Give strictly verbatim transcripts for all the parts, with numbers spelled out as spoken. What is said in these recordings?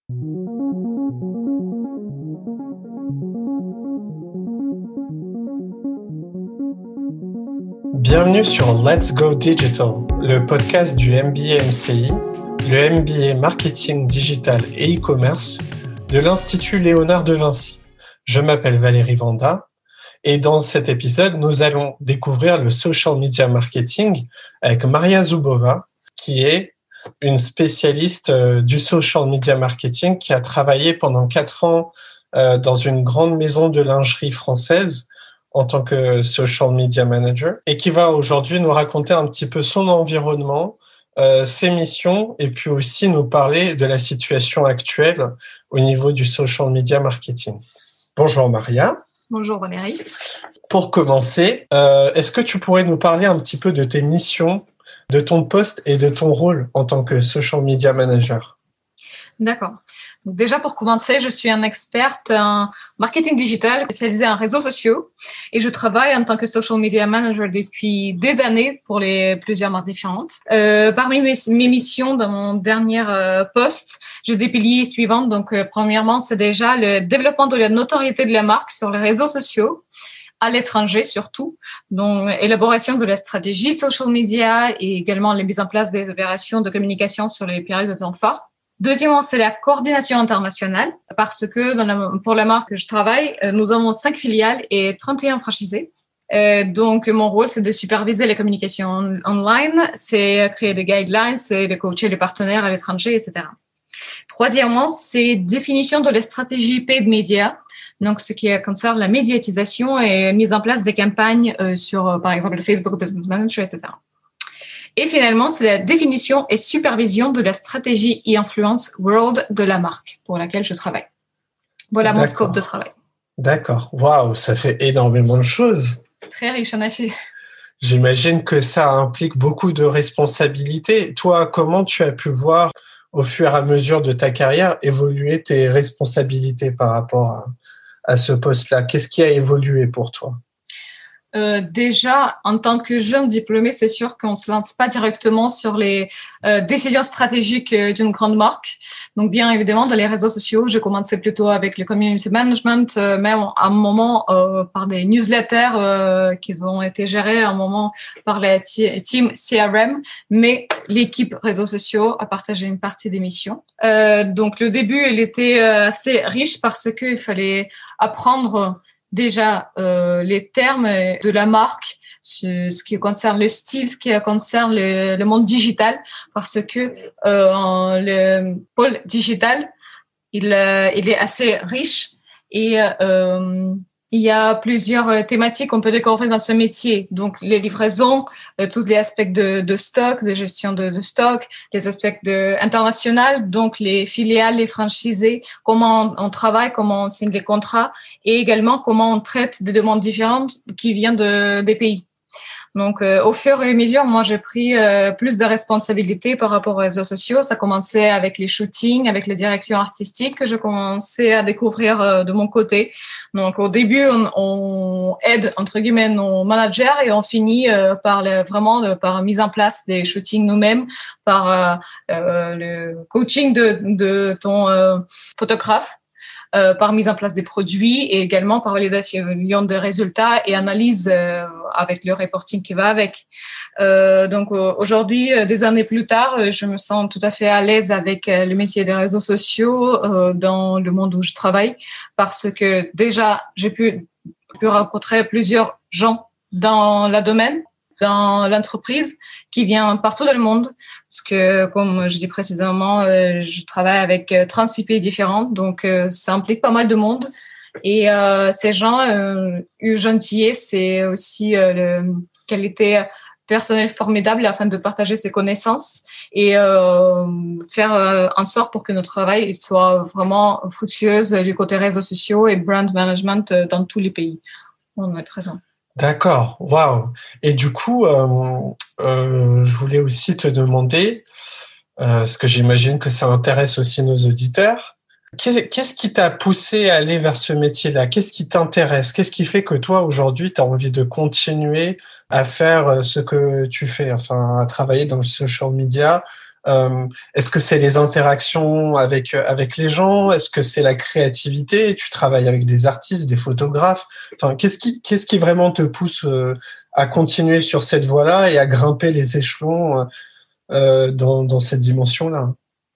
Bienvenue sur Let's Go Digital, le podcast du M B A M C I, le M B A Marketing Digital et e-commerce de l'Institut Léonard de Vinci. Je m'appelle Valérie Vanda et dans cet épisode, nous allons découvrir le social media marketing avec Maria Zubova, qui est une spécialiste du social media marketing qui a travaillé pendant quatre ans dans une grande maison de lingerie française en tant que social media manager et qui va aujourd'hui nous raconter un petit peu son environnement, euh, ses missions et puis aussi nous parler de la situation actuelle au niveau du social media marketing. Bonjour Maria. Bonjour Valérie. Pour commencer, euh, est-ce que tu pourrais nous parler un petit peu de tes missions, de ton poste et de ton rôle en tant que social media manager? D'accord. Donc déjà, pour commencer, je suis un experte en marketing digital spécialisée en réseaux sociaux et je travaille en tant que social media manager depuis des années pour les plusieurs marques différentes. Euh, parmi mes, mes missions dans mon dernier euh, poste, j'ai des piliers suivants. Donc, euh, premièrement, c'est déjà le développement de la notoriété de la marque sur les réseaux sociaux, à l'étranger surtout, donc élaboration de la stratégie social media et également la mise en place des opérations de communication sur les périodes de temps forts. Deuxièmement, c'est la coordination internationale parce que dans la, pour la marque que je travaille, nous avons cinq filiales et trente et un franchisés. Euh, donc, mon rôle, c'est de superviser les communications online, c'est créer des guidelines, c'est de coacher les partenaires à l'étranger, et cetera. Troisièmement, c'est définition de la stratégie paid media. Donc, ce qui concerne la médiatisation et mise en place des campagnes euh, sur, par exemple, le Facebook Business Manager, et cetera. Et finalement, c'est la définition et supervision de la stratégie et influence world de la marque pour laquelle je travaille. Voilà mon scope de travail. D'accord. Waouh, ça fait énormément de choses. Très riche, en effet. J'imagine que ça implique beaucoup de responsabilités. Toi, comment tu as pu voir, au fur et à mesure de ta carrière, évoluer tes responsabilités par rapport à, à ce poste-là? Qu'est-ce qui a évolué pour toi? Euh, déjà, en tant que jeune diplômé, c'est sûr qu'on se lance pas directement sur les euh, décisions stratégiques euh, d'une grande marque. Donc, bien évidemment, dans les réseaux sociaux, je commençais plutôt avec le community management, euh, même à un moment euh, par des newsletters euh, qui ont été gérés à un moment par la t- team C R M, mais l'équipe réseaux sociaux a partagé une partie des missions. Euh, donc, le début, il était euh, assez riche parce qu'il fallait apprendre déjà euh, les termes de la marque, ce, ce qui concerne le style, ce qui concerne le, le monde digital, parce que euh, le pôle digital, il, euh, il est assez riche et euh, il y a plusieurs thématiques qu'on peut découvrir dans ce métier. Donc, les livraisons, euh, tous les aspects de, de stock, de gestion de, de stock, les aspects de international, donc les filiales, les franchisés, comment on, on travaille, comment on signe les contrats et également comment on traite des demandes différentes qui viennent de, des pays. Donc, euh, au fur et à mesure, moi, j'ai pris euh, plus de responsabilités par rapport aux réseaux sociaux. Ça commençait avec les shootings, avec les directions artistiques que je commençais à découvrir euh, de mon côté. Donc, au début, on, on aide, entre guillemets, nos managers et on finit euh, par le, vraiment le, par mise en place des shootings nous-mêmes, par euh, euh, le coaching de, de ton euh, photographe. Euh, par mise en place des produits et également par validation de résultats et analyse euh, avec le reporting qui va avec. Euh, donc euh, aujourd'hui, euh, des années plus tard, euh, je me sens tout à fait à l'aise avec euh, le métier des réseaux sociaux euh, dans le monde où je travaille parce que déjà, j'ai pu, pu rencontrer plusieurs gens dans le domaine, dans l'entreprise qui vient partout dans le monde parce que, comme je dis précisément, euh, je travaille avec trente-six pays différents, donc euh, ça implique pas mal de monde. Et euh, ces gens, euh, eu gentillesse, c'est aussi euh, le qualité personnelle formidable afin de partager ses connaissances et euh, faire euh, en sorte pour que notre travail soit vraiment fructueuse du côté réseaux sociaux et brand management dans tous les pays. On est présent. D'accord, waouh. Et du coup, euh, euh, je voulais aussi te demander, euh, parce que j'imagine que ça intéresse aussi nos auditeurs, qu'est-ce qui t'a poussé à aller vers ce métier-là? Qu'est-ce qui t'intéresse? Qu'est-ce qui fait que toi, aujourd'hui, tu as envie de continuer à faire ce que tu fais, enfin, à travailler dans le social media, Euh, est-ce que c'est les interactions avec avec les gens? Est-ce que c'est la créativité? Tu travailles avec des artistes, des photographes. Enfin, qu'est-ce qui qu'est-ce qui vraiment te pousse euh, à continuer sur cette voie-là et à grimper les échelons euh, dans dans cette dimension-là?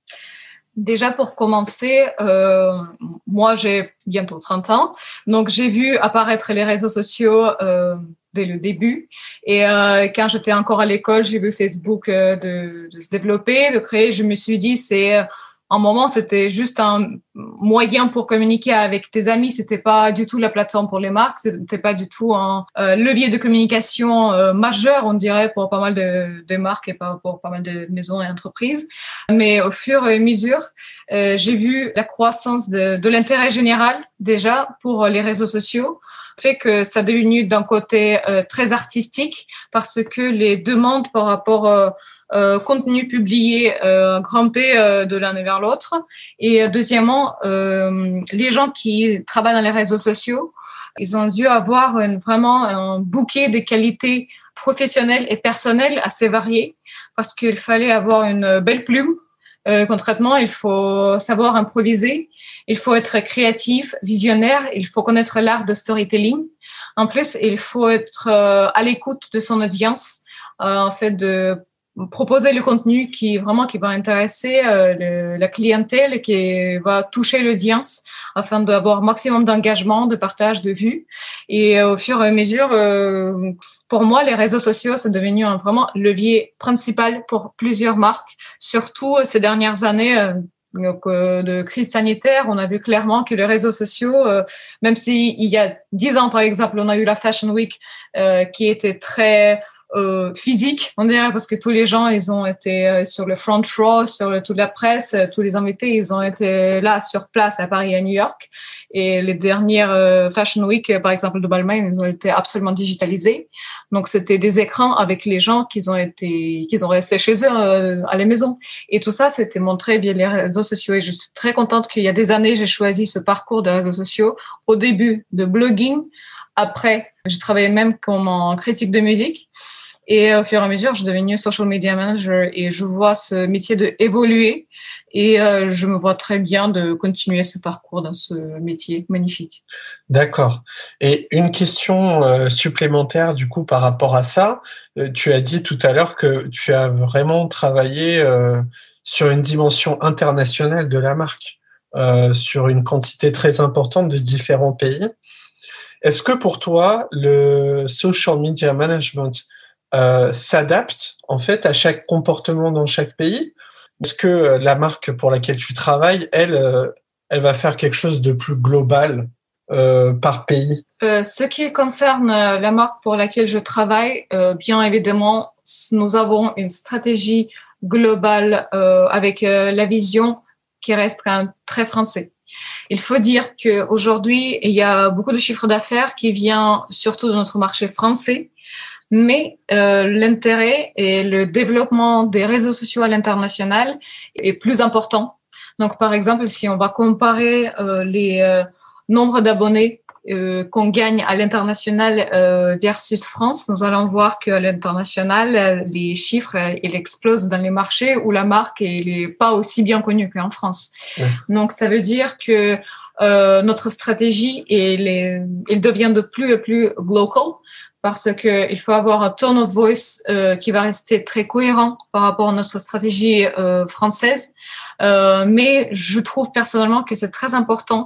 Déjà, pour commencer, euh, moi, j'ai bientôt trente ans. Donc, j'ai vu apparaître les réseaux sociaux euh, dès le début. Et euh, quand j'étais encore à l'école, j'ai vu Facebook euh, de, de se développer, de créer. Je me suis dit, c'est un moment, c'était juste un moyen pour communiquer avec tes amis. C'était pas du tout la plateforme pour les marques. C'était pas du tout un euh, levier de communication euh, majeur, on dirait, pour pas mal de, de marques et pas pour pas mal de maisons et entreprises. Mais au fur et à mesure, euh, j'ai vu la croissance de, de l'intérêt général déjà pour les réseaux sociaux, fait que ça est devenu d'un côté euh, très artistique parce que les demandes par rapport euh, Euh, contenu publié euh, grimpé euh, de l'un vers l'autre. Et euh, deuxièmement, euh, les gens qui travaillent dans les réseaux sociaux, ils ont dû avoir une, vraiment un bouquet de qualités professionnelles et personnelles assez variées parce qu'il fallait avoir une belle plume. Euh, concrètement, il faut savoir improviser, il faut être créatif, visionnaire, il faut connaître l'art de storytelling. En plus, il faut être euh, à l'écoute de son audience, euh, en fait, de proposer le contenu qui vraiment qui va intéresser euh, le, la clientèle et qui va toucher l'audience afin d'avoir maximum d'engagement, de partage, de vues. Et euh, au fur et à mesure, euh, pour moi, les réseaux sociaux sont devenus un vraiment levier principal pour plusieurs marques, surtout ces dernières années. Euh, Donc, euh, de crise sanitaire, on a vu clairement que les réseaux sociaux, euh, même si il y a dix ans, par exemple, on a eu la Fashion Week euh, qui était très Euh, physique, on dirait, parce que tous les gens, ils ont été euh, sur le front row, sur le, toute la presse, euh, tous les invités, ils ont été là sur place à Paris et à New York. Et les dernières euh, Fashion Week, euh, par exemple de Balmain, ils ont été absolument digitalisés. Donc c'était des écrans avec les gens qui ont été, qui ont resté chez eux euh, à la maison. Et tout ça, c'était montré via les réseaux sociaux. Et je suis très contente qu'il y a des années, j'ai choisi ce parcours de réseaux sociaux. Au début de blogging, après, j'ai travaillé même comme en critique de musique. Et au fur et à mesure, je suis devenue social media manager et je vois ce métier de évoluer et euh, je me vois très bien de continuer ce parcours dans ce métier magnifique. D'accord. Et une question euh, supplémentaire du coup par rapport à ça, euh, tu as dit tout à l'heure que tu as vraiment travaillé euh, sur une dimension internationale de la marque, euh, sur une quantité très importante de différents pays. Est-ce que pour toi, le social media management Euh, s'adapte en fait à chaque comportement dans chaque pays? Est-ce que euh, la marque pour laquelle tu travailles, elle, euh, elle va faire quelque chose de plus global euh, par pays? Euh, ce qui concerne la marque pour laquelle je travaille, euh, bien évidemment, nous avons une stratégie globale euh, avec euh, la vision qui reste quand même très français. Il faut dire qu'aujourd'hui, il y a beaucoup de chiffres d'affaires qui viennent surtout de notre marché français. Mais euh, l'intérêt et le développement des réseaux sociaux à l'international est plus important. Donc, par exemple, si on va comparer euh, les euh, nombres d'abonnés euh, qu'on gagne à l'international euh, versus France, nous allons voir qu'à l'international, euh, les chiffres euh, ils explosent dans les marchés où la marque n'est pas aussi bien connue qu'en France. Ouais. Donc, ça veut dire que euh, notre stratégie elle, est, elle devient de plus en plus local. Parce qu'il faut avoir un tone of voice euh, qui va rester très cohérent par rapport à notre stratégie euh, française. Euh, mais je trouve personnellement que c'est très important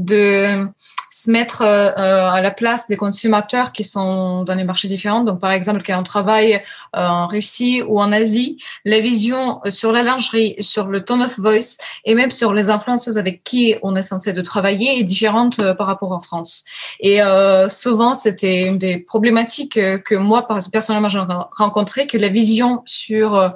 de se mettre euh, à la place des consommateurs qui sont dans les marchés différents. Donc, par exemple, quand on travaille euh, en Russie ou en Asie, la vision sur la lingerie, sur le tone of voice et même sur les influenceuses avec qui on est censé de travailler est différente euh, par rapport en France. Et euh, souvent, c'était une des problématiques que moi, personnellement, j'ai rencontrées, que la vision sur euh,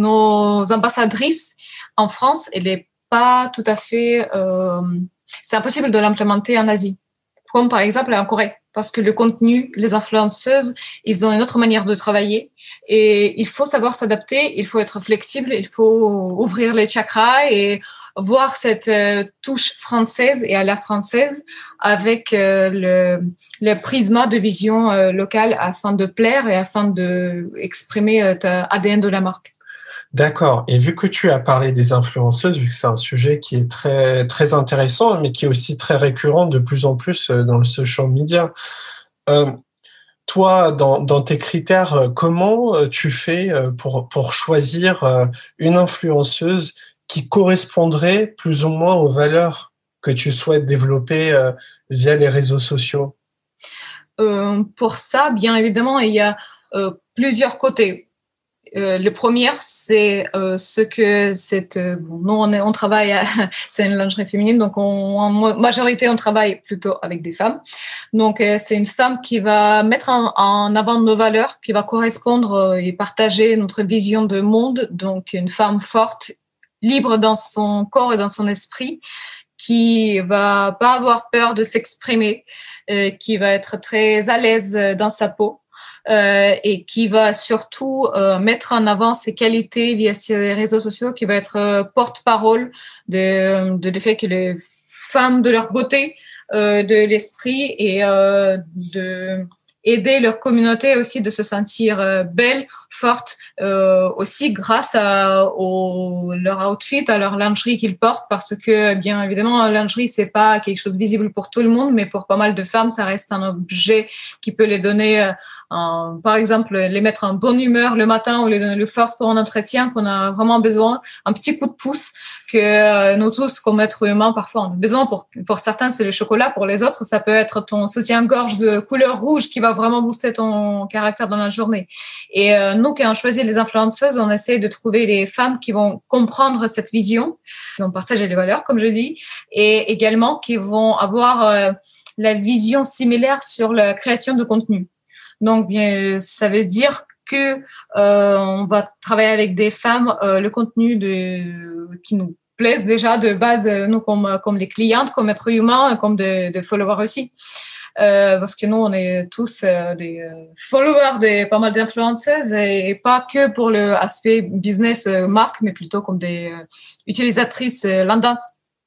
nos ambassadrices en France, elle n'est pas tout à fait... Euh, c'est impossible de l'implémenter en Asie, comme par exemple en Corée, parce que le contenu, les influenceuses, ils ont une autre manière de travailler et il faut savoir s'adapter, il faut être flexible, il faut ouvrir les chakras et voir cette euh, touche française et à la française avec euh, le, le prisme de vision euh, locale afin de plaire et afin d'exprimer euh, ta A D N de la marque. D'accord. Et vu que tu as parlé des influenceuses, vu que c'est un sujet qui est très, très intéressant, mais qui est aussi très récurrent de plus en plus dans le social media, euh, toi, dans, dans tes critères, comment tu fais pour, pour choisir une influenceuse qui correspondrait plus ou moins aux valeurs que tu souhaites développer via les réseaux sociaux? Euh, pour ça, bien évidemment, il y a euh, plusieurs côtés. Euh, le premier, c'est euh, ce que cette. Euh, bon, nous, on, est, on travaille, à, c'est une lingerie féminine, donc on, en majorité, on travaille plutôt avec des femmes. Donc, euh, c'est une femme qui va mettre en, en avant nos valeurs, qui va correspondre euh, et partager notre vision de monde. Donc, une femme forte, libre dans son corps et dans son esprit, qui va pas avoir peur de s'exprimer, euh, qui va être très à l'aise dans sa peau. Euh, et qui va surtout euh, mettre en avant ses qualités via ses réseaux sociaux, qui va être euh, porte-parole de, de, du fait que les femmes de leur beauté, euh, de l'esprit et euh, de aider leur communauté aussi de se sentir euh, belle, forte, euh, aussi grâce à au, leur outfit, à leur lingerie qu'ils portent, parce que bien évidemment, la lingerie, c'est pas quelque chose de visible pour tout le monde, mais pour pas mal de femmes, ça reste un objet qui peut les donner euh, Un, par exemple, les mettre en bonne humeur le matin ou les donner le force pour un entretien qu'on a vraiment besoin, un petit coup de pouce que euh, nous tous, comme êtres humains, parfois on a besoin. Pour, pour certains, c'est le chocolat. Pour les autres, ça peut être ton soutien-gorge de couleur rouge qui va vraiment booster ton caractère dans la journée. Et euh, nous, quand on choisit les influenceuses, on essaie de trouver les femmes qui vont comprendre cette vision, qui vont partager les valeurs, comme je dis, et également qui vont avoir euh, la vision similaire sur la création de contenu. Donc, bien, ça veut dire que euh, on va travailler avec des femmes euh, le contenu de qui nous plaise déjà de base, nous comme comme les clientes, comme êtres humains, comme des de followers aussi, euh, parce que nous on est tous euh, des followers de pas mal d'influenceuses et, et pas que pour le aspect business euh, marque, mais plutôt comme des euh, utilisatrices euh, lambda.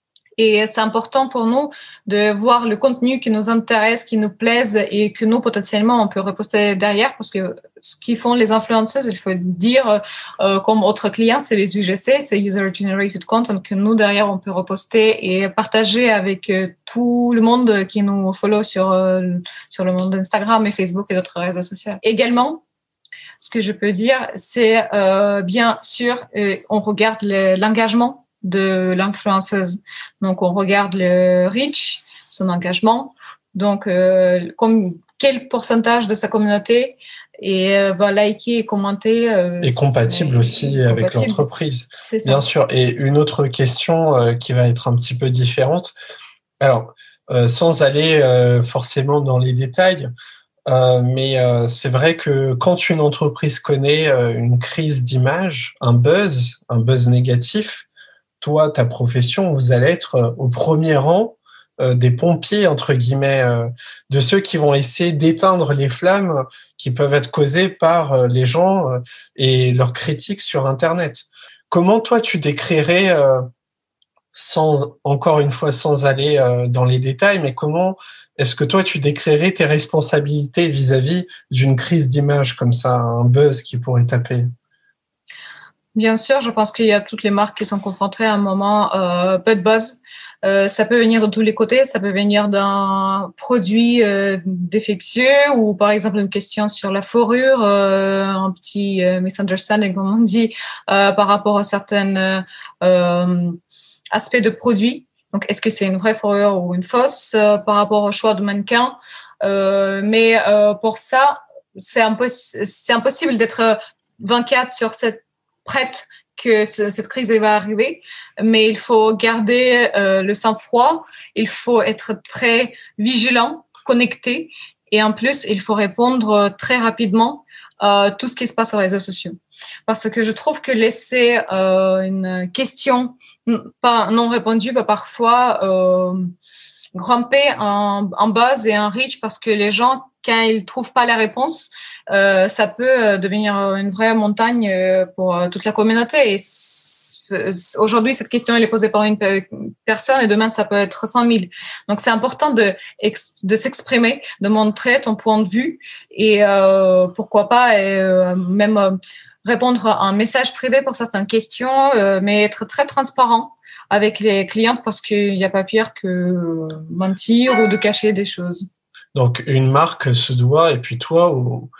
Et c'est important pour nous de voir le contenu qui nous intéresse, qui nous plaise et que nous, potentiellement, on peut reposter derrière parce que ce qu'ils font les influenceuses, il faut dire, euh, comme autres clients, c'est les U G C, c'est User Generated Content que nous, derrière, on peut reposter et partager avec euh, tout le monde qui nous follow sur, euh, sur le monde d'Instagram et Facebook et d'autres réseaux sociaux. Également, ce que je peux dire, c'est euh, bien sûr, euh, on regarde le, l'engagement de l'influenceuse. Donc, on regarde le reach, son engagement. Donc, euh, comme, quel pourcentage de sa communauté et euh, va liker et commenter. Euh, et compatible aussi compatible. Avec l'entreprise. C'est ça. Bien sûr. Et une autre question euh, qui va être un petit peu différente. Alors, euh, sans aller euh, forcément dans les détails, Euh, mais euh, c'est vrai que quand une entreprise connaît euh, une crise d'image, un buzz, un buzz négatif, toi, ta profession, vous allez être euh, au premier rang euh, des pompiers, entre guillemets, euh, de ceux qui vont essayer d'éteindre les flammes qui peuvent être causées par euh, les gens euh, et leurs critiques sur Internet. Comment toi, tu décrirais, euh, sans, encore une fois, sans aller euh, dans les détails, mais comment est-ce que toi, tu décrirais tes responsabilités vis-à-vis d'une crise d'image comme ça, un buzz qui pourrait taper? Bien sûr, je pense qu'il y a toutes les marques qui sont confrontées à un moment euh, peu de buzz. Euh, ça peut venir de tous les côtés, ça peut venir d'un produit euh, défectueux ou par exemple une question sur la fourrure, euh, un petit euh, misunderstanding comme on dit euh, par rapport à certains euh, aspects de produits. Donc, est-ce que c'est une vraie fourrure ou une fausse euh, par rapport au choix de mannequin? euh, Mais euh, pour ça, c'est, impos- c'est impossible d'être vingt-quatre sur sept prête que ce, cette crise va arriver. Mais il faut garder euh, le sang-froid, il faut être très vigilant, connecté. Et en plus, il faut répondre très rapidement à tout ce qui se passe sur les réseaux sociaux. Parce que je trouve que laisser euh, une question pas non répondue va parfois euh, grimper en, en base et en reach parce que les gens, quand ils trouvent pas la réponse, euh, ça peut devenir une vraie montagne pour toute la communauté. Et aujourd'hui, cette question elle est posée par une personne et demain, ça peut être cent mille. Donc, c'est important de, de s'exprimer, de montrer ton point de vue et euh, pourquoi pas et, euh, même répondre à un message privé pour certaines questions, euh, mais être très transparent avec les clients parce qu'il n'y a pas pire que mentir ou de cacher des choses. Donc, une marque se doit, et puis toi, au,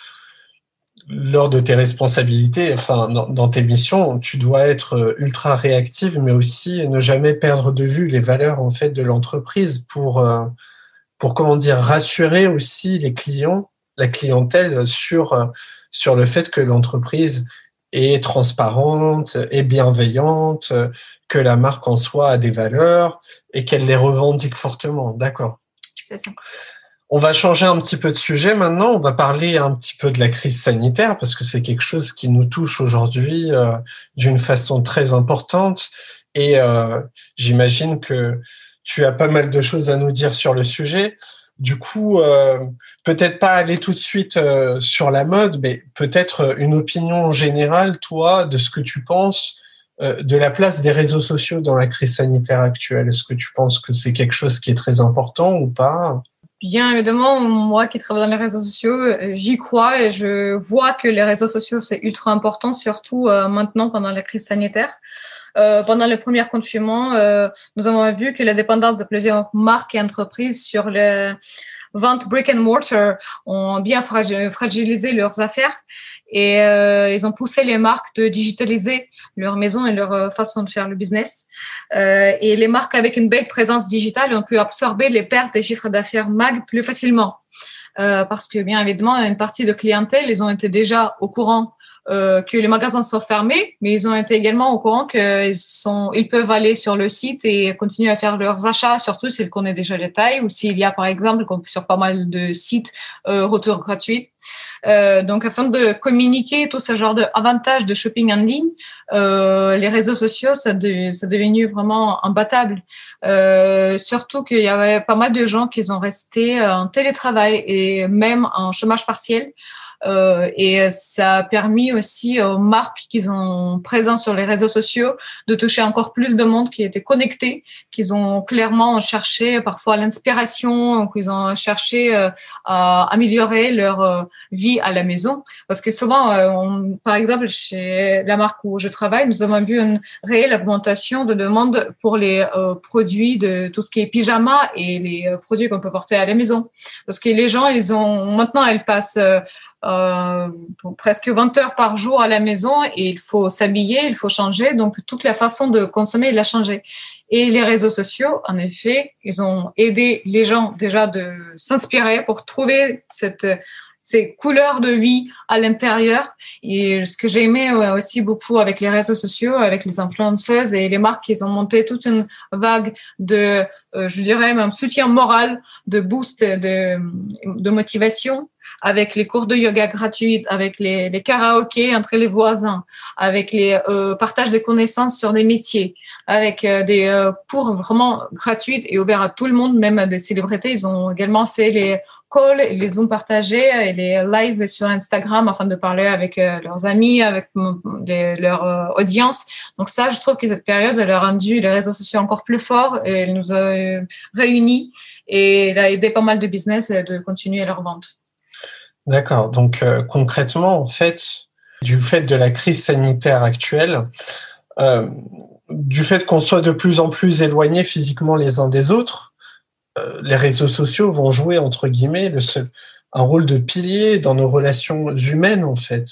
lors de tes responsabilités, enfin, dans, dans tes missions, tu dois être ultra réactive, mais aussi ne jamais perdre de vue les valeurs, en fait, de l'entreprise pour, euh, pour, comment dire, rassurer aussi les clients, la clientèle sur, sur le fait que l'entreprise est transparente, est bienveillante, que la marque en soi a des valeurs et qu'elle les revendique fortement. D'accord. C'est ça. On va changer un petit peu de sujet maintenant. On va parler un petit peu de la crise sanitaire parce que c'est quelque chose qui nous touche aujourd'hui euh, d'une façon très importante. Et euh, j'imagine que tu as pas mal de choses à nous dire sur le sujet. Du coup, euh, peut-être pas aller tout de suite euh, sur la mode, mais peut-être une opinion générale, toi, de ce que tu penses euh, de la place des réseaux sociaux dans la crise sanitaire actuelle. Est-ce que tu penses que c'est quelque chose qui est très important ou pas ? Bien évidemment, moi qui travaille dans les réseaux sociaux, j'y crois et je vois que les réseaux sociaux, c'est ultra important, surtout euh, maintenant pendant la crise sanitaire. Euh, pendant le premier confinement, euh, nous avons vu que la dépendance de plusieurs marques et entreprises sur les ventes brick and mortar ont bien fragilisé leurs affaires et euh, ils ont poussé les marques de digitaliser leur maison et leur façon de faire le business. Euh, et les marques avec une belle présence digitale ont pu absorber les pertes des chiffres d'affaires M A G plus facilement. Euh, parce que, bien évidemment, une partie de clientèle, ils ont été déjà au courant euh, que les magasins sont fermés, mais ils ont été également au courant qu'ils sont, ils peuvent aller sur le site et continuer à faire leurs achats, surtout s'ils connaissent déjà les tailles ou s'il y a, par exemple, comme sur pas mal de sites, euh, retour gratuit. Euh, donc, afin de communiquer tout ce genre d'avantages de shopping en ligne, euh, les réseaux sociaux, ça, de, ça est devenu vraiment imbattable. Euh, surtout qu'il y avait pas mal de gens qui sont restés en télétravail et même en chômage partiel. Euh, et ça a permis aussi aux marques qui sont présentes sur les réseaux sociaux de toucher encore plus de monde qui était connecté, qu'ils ont clairement cherché parfois l'inspiration, qu'ils ont cherché euh, à améliorer leur euh, vie à la maison. Parce que souvent, euh, on, par exemple, chez la marque où je travaille, nous avons vu une réelle augmentation de demande pour les euh, produits de tout ce qui est pyjama et les euh, produits qu'on peut porter à la maison. Parce que les gens, ils ont maintenant, elles passent euh, Euh, presque vingt heures par jour à la maison et il faut s'habiller, il faut changer. Donc, toute la façon de consommer, il a changé. Et les réseaux sociaux, en effet, ils ont aidé les gens déjà de s'inspirer pour trouver cette, ces couleurs de vie à l'intérieur. Et ce que j'ai aimé aussi beaucoup avec les réseaux sociaux, avec les influenceuses et les marques, ils ont monté toute une vague de, euh, je dirais même soutien moral, de boost, de, de motivation, avec les cours de yoga gratuits, avec les, les karaokés entre les voisins, avec les euh, partages de connaissances sur des métiers, avec euh, des euh, cours vraiment gratuits et ouverts à tout le monde, même des célébrités. Ils ont également fait les calls, ils les ont partagés et les lives sur Instagram afin de parler avec euh, leurs amis, avec les, leur euh, audience. Donc ça, je trouve que cette période, elle a rendu les réseaux sociaux encore plus forts et elle nous a euh, réunis et elle a aidé pas mal de business de continuer leur vente. D'accord. Donc, euh, concrètement, en fait, du fait de la crise sanitaire actuelle, euh, du fait qu'on soit de plus en plus éloignés physiquement les uns des autres, euh, les réseaux sociaux vont jouer, entre guillemets, le seul, un rôle de pilier dans nos relations humaines, en fait.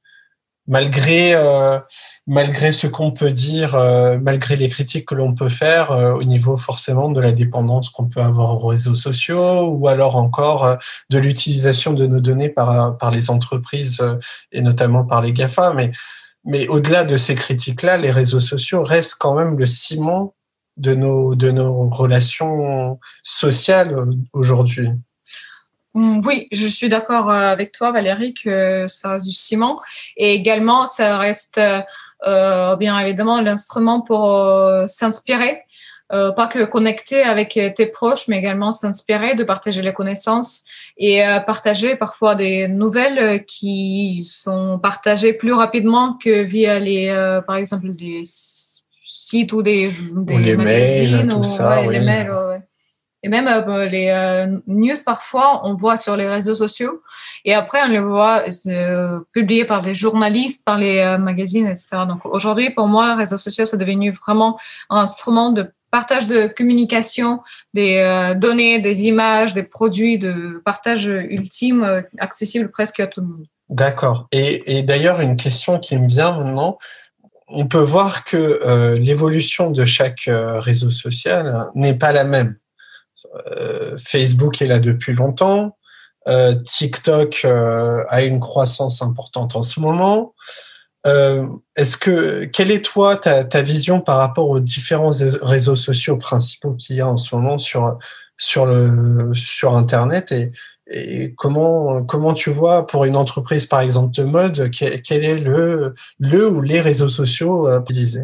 Malgré, euh, malgré ce qu'on peut dire, euh, malgré les critiques que l'on peut faire euh, au niveau forcément de la dépendance qu'on peut avoir aux réseaux sociaux ou alors encore euh, de l'utilisation de nos données par, par les entreprises euh, et notamment par les GAFA. Mais, mais au-delà de ces critiques-là, les réseaux sociaux restent quand même le ciment de nos, de nos relations sociales aujourd'hui. Oui, je suis d'accord avec toi, Valérie, que ça reste du ciment. Et également, ça reste euh, bien évidemment l'instrument pour euh, s'inspirer, euh, pas que connecter avec tes proches, mais également s'inspirer, de partager les connaissances et euh, partager parfois des nouvelles qui sont partagées plus rapidement que via les, euh, par exemple, des sites ou des, des ou les magazines mails, tout ou ça, ouais, oui. les mails. Ouais. Et même euh, les euh, news, parfois, on voit sur les réseaux sociaux. Et après, on les voit euh, publiés par les journalistes, par les euh, magazines, et cetera. Donc aujourd'hui, pour moi, les réseaux sociaux, c'est devenu vraiment un instrument de partage de communication, des euh, données, des images, des produits, de partage ultime, euh, accessible presque à tout le monde. D'accord. Et, et d'ailleurs, une question qui me vient maintenant, on peut voir que euh, l'évolution de chaque euh, réseau social n'est pas la même. Euh, Facebook est là depuis longtemps, euh, TikTok euh, a une croissance importante en ce moment. Euh, est-ce que, quelle est toi ta, ta vision par rapport aux différents réseaux sociaux principaux qu'il y a en ce moment sur sur le sur Internet et, et comment comment tu vois pour une entreprise par exemple de mode quel, quel est le le ou les réseaux sociaux à utiliser?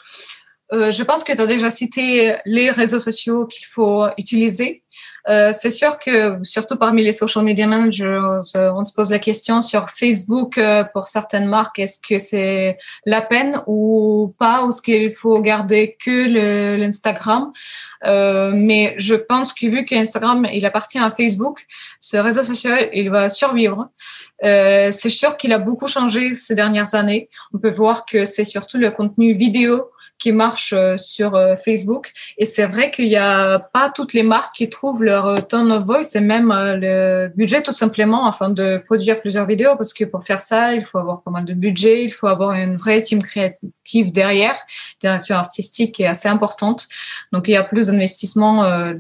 Euh, je pense que tu as déjà cité les réseaux sociaux qu'il faut utiliser. Euh, c'est sûr que, surtout parmi les social media managers, on se pose la question sur Facebook euh, pour certaines marques, est-ce que c'est la peine ou pas, ou est-ce qu'il faut garder que le, l'Instagram? Euh, mais je pense que vu qu'Instagram, il appartient à Facebook, ce réseau social, il va survivre. Euh, c'est sûr qu'il a beaucoup changé ces dernières années. On peut voir que c'est surtout le contenu vidéo qui marche sur Facebook. Et c'est vrai qu'il n'y a pas toutes les marques qui trouvent leur tone of voice et même le budget tout simplement afin de produire plusieurs vidéos, parce que pour faire ça, il faut avoir pas mal de budget, il faut avoir une vraie team créative derrière, direction artistique qui est assez importante. Donc, il y a plus d'investissement. Euh,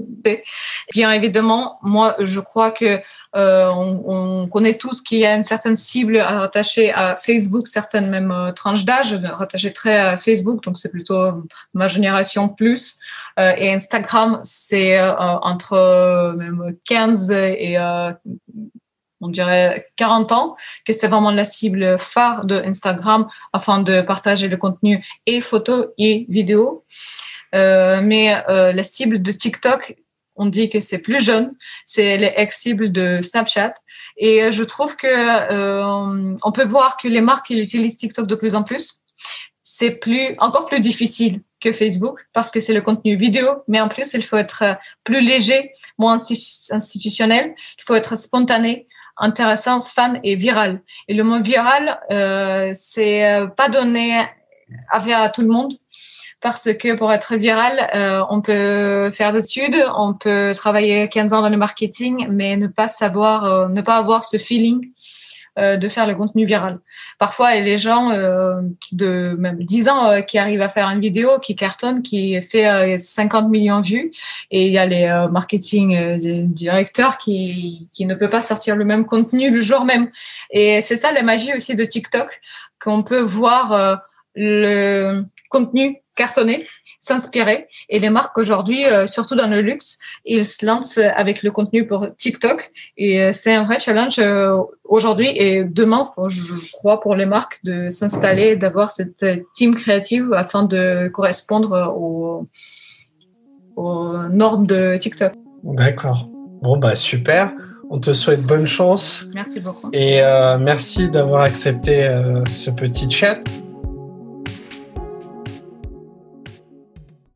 Bien évidemment, moi, je crois que Euh, on, on connaît tous qu'il y a une certaine cible rattachée à Facebook, certaines même euh, tranches d'âge rattachées très à Facebook, donc c'est plutôt ma génération plus. Euh, et Instagram, c'est euh, entre euh, même quinze et euh, on dirait quarante ans, que c'est vraiment la cible phare de Instagram afin de partager le contenu et photos et vidéos. Euh, mais euh, la cible de TikTok, on dit que c'est plus jeune, c'est les ex-cibles de Snapchat. Et je trouve que euh, on peut voir que les marques qui utilisent TikTok de plus en plus, c'est plus encore plus difficile que Facebook parce que c'est le contenu vidéo, mais en plus il faut être plus léger, moins institutionnel, il faut être spontané, intéressant, fun et viral. Et le mot viral, euh, c'est pas donné à faire à tout le monde. Parce que pour être viral, euh, on peut faire des études, on peut travailler quinze ans dans le marketing, mais ne pas savoir, euh, ne pas avoir ce feeling euh, de faire le contenu viral. Parfois, il y a les gens euh, de même dix ans euh, qui arrivent à faire une vidéo qui cartonne, qui fait euh, cinquante millions de vues, et il y a les euh, marketing euh, directeurs qui qui ne peuvent pas sortir le même contenu le jour même. Et c'est ça la magie aussi de TikTok, qu'on peut voir euh, le contenu cartonner, s'inspirer. Et les marques aujourd'hui, euh, surtout dans le luxe, ils se lancent avec le contenu pour TikTok. Et euh, c'est un vrai challenge euh, aujourd'hui et demain, je crois, pour les marques de s'installer, d'avoir cette team créative afin de correspondre aux, aux normes de TikTok. D'accord. Bon, bah super. On te souhaite bonne chance. Merci beaucoup. Et euh, merci d'avoir accepté euh, ce petit chat.